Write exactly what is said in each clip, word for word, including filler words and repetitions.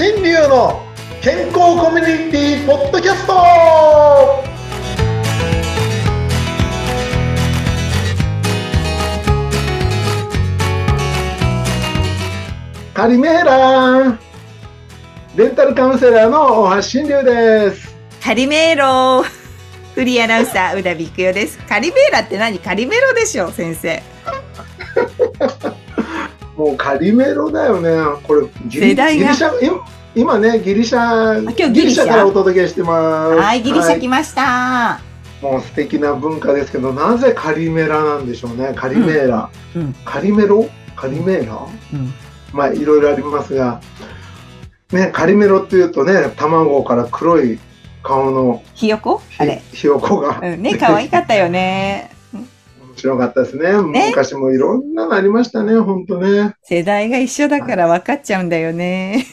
新流の健康コミュニティポッドキャスト。カリメーラーデンタルカウンセラーの大橋新流です。 カリメーロフリーアナウンサー宇田美久代です。カリメーラって何？カリメロでしょ先生。 もうカリメロだよね。これギリ、 世代がギリシャ今ねギリシャ今日ギリシャからお届けしてます。 はい、ギリシャ来ました、はい、もう素敵な文化ですけど、なぜカリメラなんでしょうね。カリメーラ、うんうん、カリメロカリメーラ、うん、まあいろいろありますがね、カリメロっていうとね、卵から黒い顔のひよこあれひよこが、 うん、ね、可愛かったよね。 面白かったですね。昔もいろんなのありましたね、本当ね。 世代が一緒だから分かっちゃうんだよね。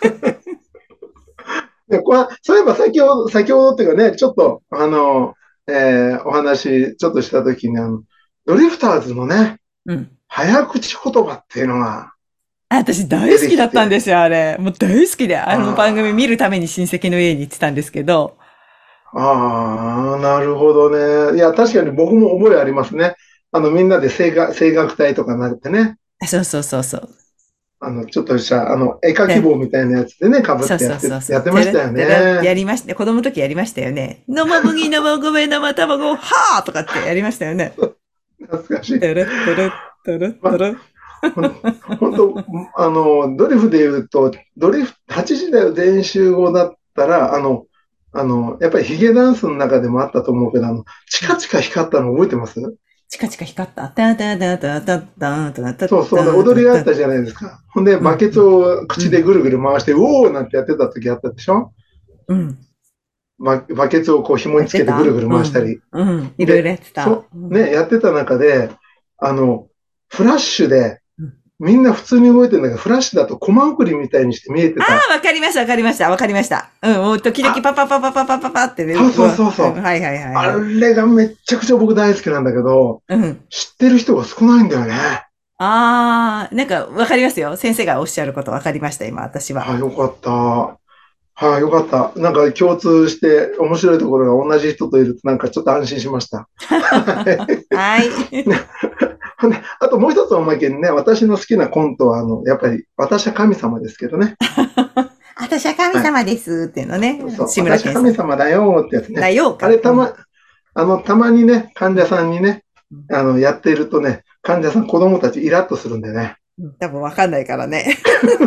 でこれそういえば先ほど、先ほどっていうかね、ちょっと、あの、えー、お話ちょっとしたときに、あの、ドリフターズのね、うん、早口言葉っていうのが、 私大好きだったんですよ、あれ。もう大好きで、あの番組見るために親戚の家に行ってたんですけど。 ああ、なるほどね。いや、確かに僕も覚えありますね。あの、みんなで声楽、声楽隊とかなってね。 そうそうそうそう。 あの、ちょっとした、あの、絵描き棒みたいなやつでね、被ってやって、やってましたよね。 やりました。子供の時やりましたよね。生麦、生米、生卵、はぁとかってやりましたよね。 懐かしい。 トゥルットゥルットゥルットゥルッ。 本当、あの、ドリフで言うと、ドリフ、はちじ台を全集合だったら、あの、あの、やっぱりヒゲダンスの中でもあったと思うけど、あの、チカチカ光ったの覚えてます？ チカチカ光った。タタタタタタタタ。 そうそう、踊りがあったじゃないですか。ほんで、バケツを口でぐるぐる回して、うおーなんてやってた時あったでしょ？うん。バ, バケツをこう紐につけてぐるぐる回したり。 うん。うん、いろいろやってた。 そう、ね、やってた中で、あの、フラッシュで、みんな普通に動いてるんだけど、フラッシュだとコマ送りみたいにして見えてた。 ああ、わかりました、わかりました、わかりました。うん、時々パパパパパパパパってね。 そうそうそうそう、うん。 はいはいはい。 あれがめっちゃくちゃ僕大好きなんだけど、うん、知ってる人が少ないんだよね。 ああ、なんかわかりますよ。先生がおっしゃることわかりました、今、私は。 はい、よかった。はい、よかった。なんか共通して面白いところが同じ人といるとなんかちょっと安心しました。 はい。 あともう一つおまけにね、私の好きなコントは、あの、やっぱり、私は神様ですけどね。 私は神様ですっていうのね。 はい、そう、私は神様だよってやつね。 だよか。 あれたま、うん、あの、たまにね、患者さんにね、あの、やっているとね、患者さん、子供たちイラッとするんでね。 多分わかんないからね。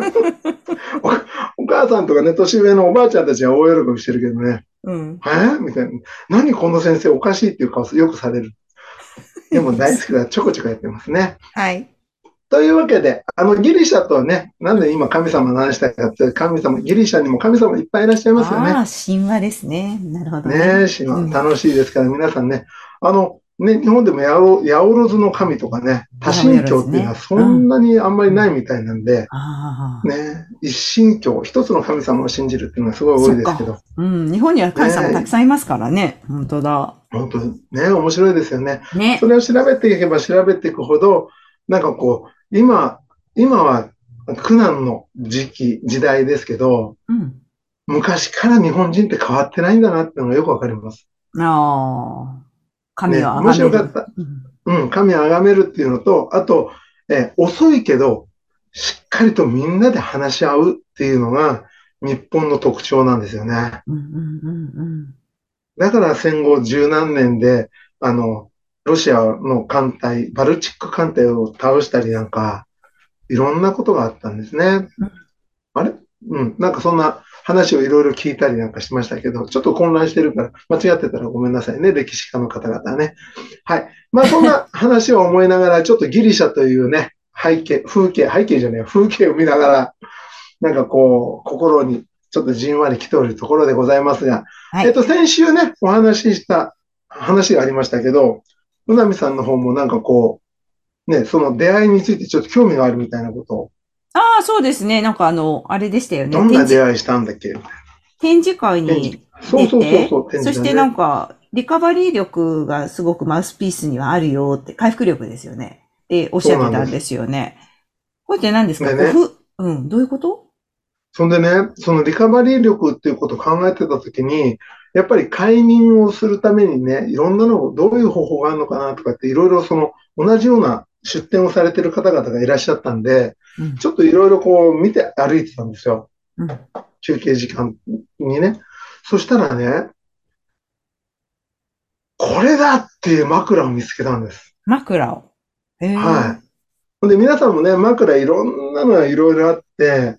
お, お母さんとかね、年上のおばあちゃんたちは大喜びしてるけどね。うん。えみたいな。何この先生おかしいっていう顔よくされる。でも大好きだ。ちょこちょこやってますね。 はい。 というわけで、あの、ギリシャとはね、なんで今神様の話したかって、神様、ギリシャにも神様いっぱいいらっしゃいますよね。 ああ、神話ですね。なるほどね。 ねえ、神話、楽しいですから、皆さんね、あの、ね、日本でも八百万の神とかね、多神教っていうのはそんなにあんまりないみたいなんで、うん、ね、一神教、一つの神様を信じるっていうのはすごい多いですけど。 うん、日本には神様たくさんいますからね。ね、本当だ。 本当ね、面白いですよね。ね。それを調べていけば調べていくほど、なんかこう、今、今は苦難の時期、時代ですけど、うん、昔から日本人って変わってないんだなっていうのがよくわかります。 ああ。神を崇める、 ね。もしよかった。うん、神を崇めるっていうのと、あと、え遅いけど、しっかりとみんなで話し合うっていうのが日本の特徴なんですよね。うんうんうんうん、だから戦後十何年で、あの、ロシアの艦隊、バルチック艦隊を倒したりなんか、いろんなことがあったんですね。うん、あれうん、なんかそんな話をいろいろ聞いたりなんかしましたけど、ちょっと混乱してるから、間違ってたらごめんなさいね、歴史家の方々はね。はい。まあそんな話を思いながら、ちょっとギリシャというね、背景、風景、背景じゃない、風景を見ながら、なんかこう、心にちょっとじんわり来ておるところでございますが、はい、えっと、先週ね、お話しした話がありましたけど、うなみさんの方もなんかこう、ね、その出会いについてちょっと興味があるみたいなことを。 ああ、そうですね。なんかあの、あれでしたよね。 どんな出会いしたんだっけ？ 展示会に出て、 そうそうそうそう、展示会ね、 そしてなんか、リカバリー力がすごくマウスピースにはあるよって、回復力ですよね。っておっしゃってたんですよね。これって何ですか？ね、うん、どういうこと？ そんでね、そのリカバリー力っていうことを考えてたときに、やっぱり快眠をするためにね、いろんなの、どういう方法があるのかなとかって、いろいろその、同じような出店をされてる方々がいらっしゃったんで、 うん。 ちょっといろいろこう見て歩いてたんですよ。 うん。 休憩時間にね。そしたらね、これだっていう枕を見つけたんです。 枕を。へえ。 はい。で、皆さんもね、枕いろんなのがいろいろあって、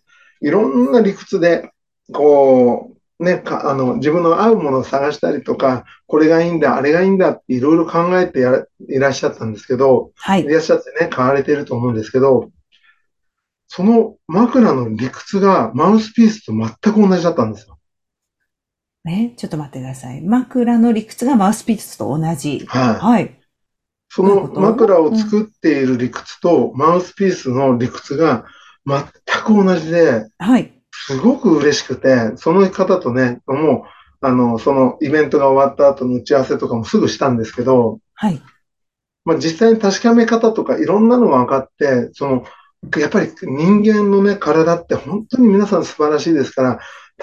いろんな理屈で、こう、ね、か、あの、自分の合うものを探したりとか、これがいいんだ、あれがいいんだっていろいろ考えてやいらっしゃったんですけど、 はい。 いらっしゃってね、買われていると思うんですけど、その枕の理屈がマウスピースと全く同じだったんですよ。 え、ちょっと待ってください。枕の理屈がマウスピースと同じ。 はい。 はい。どういうこそのと？ 枕をうん。 作っている理屈とマウスピースの理屈が全く同じで、 はい。 すごく嬉しくて、その方とね、もう、あの、そのイベントが終わった後の打ち合わせとかもすぐしたんですけど、 はい。 まあ、実際に確かめ方とかいろんなのが分かって、その、やっぱり人間のね、体って本当に皆さん素晴らしいですから、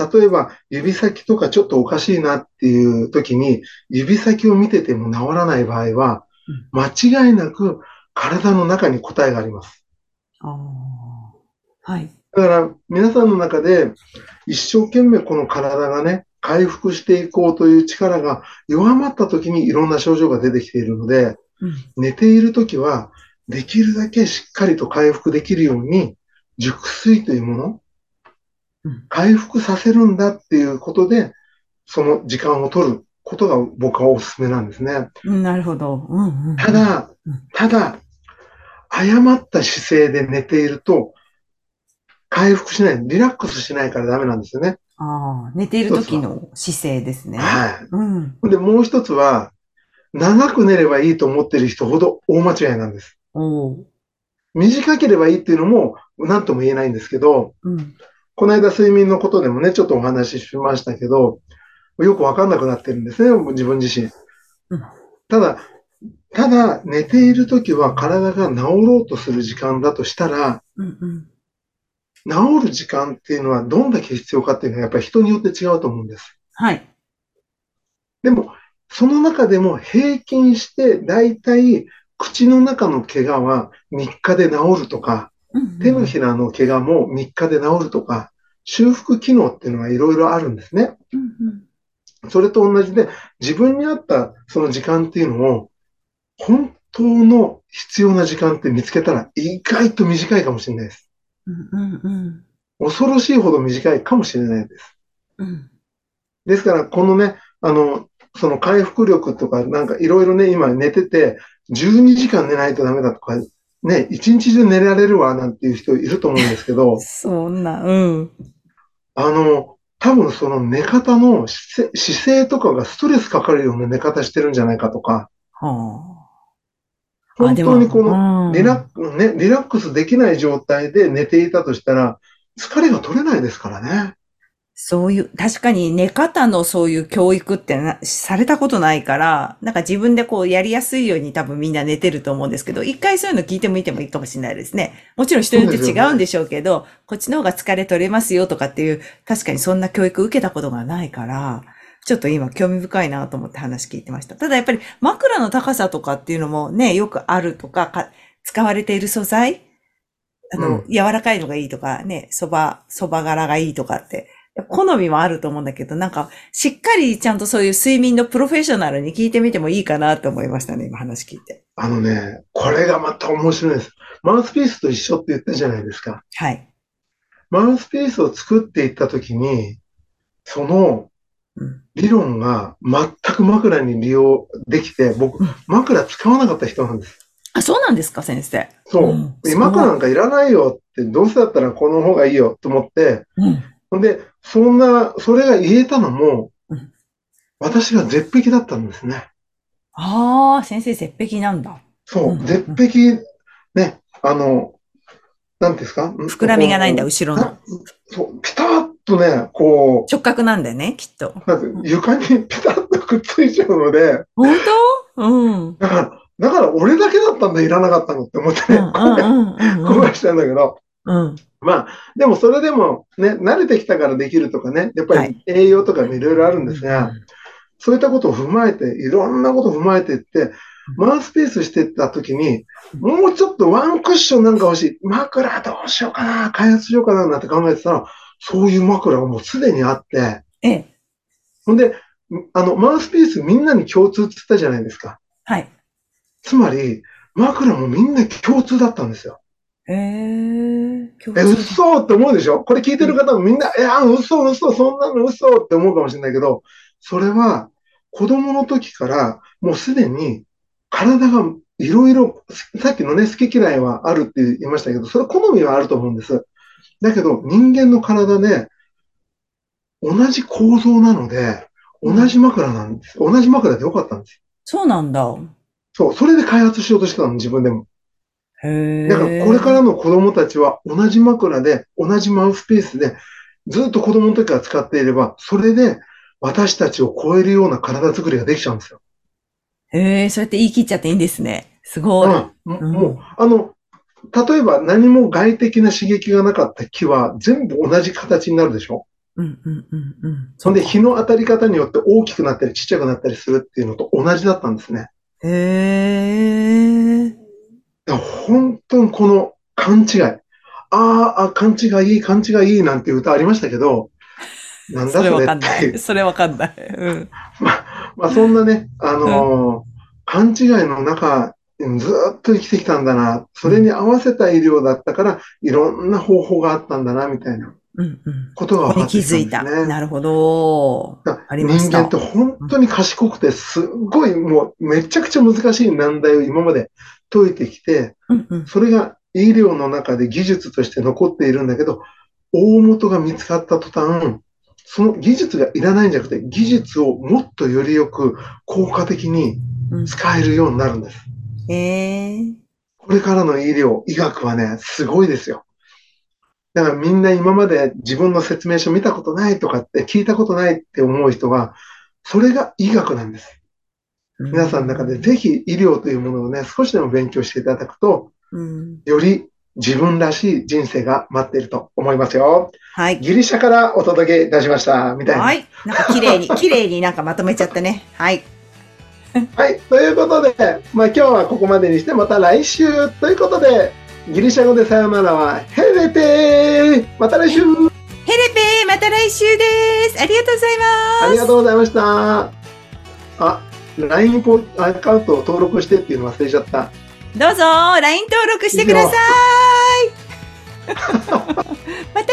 例えば指先とかちょっとおかしいなっていう時に、指先を見てても治らない場合は、 うん。 間違いなく体の中に答えがあります。 ああ。はい。 だから皆さんの中で一生懸命この体がね、回復していこうという力が弱まった時にいろんな症状が出てきているので、 うん。 寝ている時はできるだけしっかりと回復できるように、熟睡というもの、 うん。 回復させるんだっていうことで、その時間を取ることが僕はおすすめなんですね。 うん、なるほど。うんうんうん。 ただ、 うん。 ただ、誤った姿勢で寝ていると回復しない、リラックスしないからダメなんですよね。 ああ、寝ている一つは。 時の姿勢ですね。 はうん。 い。で、もう一つは、長く寝ればいいと思っている人ほど大間違いなんです。 おお。 短ければいいっていうのも何とも言えないんですけど、 うん。 この間睡眠のことでもね、ちょっとお話ししましたけど、よくわかんなくなってるんですね、自分自身。 うん。 ただ、ただ、寝ているときは体が治ろうとする時間だとしたら、 うんうん。 治る時間っていうのはどんだけ必要かっていうのはやっぱり人によって違うと思うんです。 はい。 でも、その中でも平均してだいたい口の中の怪我はみっかで治るとか、 うんうんう手のん。 ひらの怪我もみっかで治るとか、修復機能っていうのがいろいろあるんですね。 うんうん。 それと同じで、自分に合ったその時間っていうのを、本当の必要な時間って見つけたら意外と短いかもしれないです。 うんうんうん。 恐ろしいほど短いかもしれないです。 うん。 ですから、このね、あの、その回復力とか、なんかいろいろね、今寝てて、じゅうにじかん寝ないとダメだとか、ね、一日中寝られるわ、なんていう人いると思うんですけど、 そんな、うん。 あの、多分その寝方の姿勢姿勢とかがストレスかかるような寝方してるんじゃないかとか、 はあ。あ、 本でも、う当にこのリラッん。 ク、ね、リラックスできない状態で寝ていたとしたら、疲れが取れないですからね。 そういう、確かに寝方のそういう教育ってな、されたことないから、なんか自分でこうやりやすいように多分みんな寝てると思うんですけど、一回そういうの聞いてみてもいいかもしれないですね。もちろん人にそうよっですよね。 て違うんでしょうけど、こっちの方が疲れ取れますよとかっていう、確かにそんな教育受けたことがないから、ちょっと今興味深いなと思って話聞いてました。ただやっぱり枕の高さとかっていうのもね、よくあるとか、か使われている素材あの、 うん。 柔らかいのがいいとかね、蕎麦、蕎麦柄がいいとかって、好みもあると思うんだけど、なんか、しっかりちゃんとそういう睡眠のプロフェッショナルに聞いてみてもいいかなと思いましたね、今話聞いて。 あのね、これがまた面白いです。マウスピースと一緒って言ったじゃないですか。 はい。 マウスピースを作っていったときに、そのうん。 理論が全く枕に利用できて、僕、 うん。 枕使わなかった人なんです。 あ、そうなんですか、先生。うそん。 う。 すごい。 枕なんかいらないよって、どうせだったらこの方がいいよと思って、 うん。 ほんで、そんな、それが言えたのも、 うん。 私が絶壁だったんですね。 ああ、先生絶壁なんだ。うそう、 ん。 絶うん。 壁、ね、あの、なんていうんですか、ん膨らみがないんだ、 こう、な後ろの。 そう、ピタッとね、こ直角なんだよね、きっと。 う、なんてうん。 床にピタッとくっついちゃうので、 本当？うん。 だから、だから俺だけだったんだ、いらなかったのって思ってね、 うん、うん、 後悔、 うん、うん、うん。 後悔したんだけど、 うん。 まあ、でもそれでもね、慣れてきたからできるとかね、やっぱりはい。 栄養とかもいろいろあるんうんうですが、 んそういったことを踏まえて、いろんなことを踏まえていって、マウスピースしていったときに、もうちょっとワンクッションなんか欲しい。枕どうしようかな、開発しようかななんて考えてたら、そういう枕がもうすでにあって、 ええ。 ほんで、あの、マウスピースみんなに共通って言ったじゃないですか。 はい。 つまり、枕もみんな共通だったんですよ。 ええ、共え、 通だ。 嘘って思うでしょ？これ聞いてるうん。 方もみんな、いや、嘘、嘘、そんなの嘘って思うかもしれないけど、それは子供の時からもうすでに体がいろいろ、さっきのね、好き嫌いはあるって言いましたけど、それ好みはあると思うんです。だけど人間の体で同じ構造なので、同うん。 じ枕なんです。同じ枕でよかったんですよ。 そうなんだ。 そう、それで開発しようとしてたの、自分でも。 へだからこれからえ。 の子供たちは同じ枕で、同じマウスピースで、ずっと子供の時から使っていれば、それで私たちを超えるような体作りができちゃうんですよ。 へえ、そうやって言い切っちゃっていいんですね。すごい。 うん。もう、 うん。 あの、例えば何も外的な刺激がなかった木は全部同じ形になるでしょ？ うん、うん、うん、うん。 ほんで、日そっか。 の当たり方によって大きくなったりちっちゃくなったりするっていうのと同じだったんですね。 へえ。 だから本当にこの勘違い。あーあ、勘違いいい、勘違いいいなんていう歌ありましたけど、なんそれだそれっわかんない。 ていう。 それわかんない。うん。 まあ、まあ、そんなね、あうん。 のー勘違いの中、ずっと生きてきたんだな。それにうん。 合わせた医療だったから、いろんな方法があったんだな、みたいなうん、うん。 ことがそこに気分かってきたんづいた。 ですね。 なるほど。 だありま人間ってした。 本うん。 当に賢くて、すっごいもうめちゃくちゃ難しい難題を今まで解いてきて、 うん、うん。 それが医療の中で技術として残っているんだけど、大元が見つかった途端、その技術がいらないんじゃなくて、技術をもっとよりよく効果的にうん。 使えるようになるんです。 ええ。 これからの医療、医学はね、すごいですよ。だからみんな今まで自分の説明書見たことないとかって聞いたことないって思う人は、それが医学なんです。 うー皆さんの中でぜん。 ひ医療というものをね、少しでも勉強していただくと、 うん。 より自分らしい人生が待っていると思いますよ。 はい。 ギリシャからお届けいたしました。みたいな。 はい。なんか綺麗に、綺麗になんかまとめちゃったね。はい。 はい。ということで、まあ今日はここまでにして、また来週ということで、ギリシャ語でさよならは、ヘレテーまた来週ヘレペー、また来週です。ありがとうございありがとうます。 ございました。あ、ライン ポアカウントを登録してっていうの忘れちゃった。 どうぞ、ライン 登録し以上。 てください。また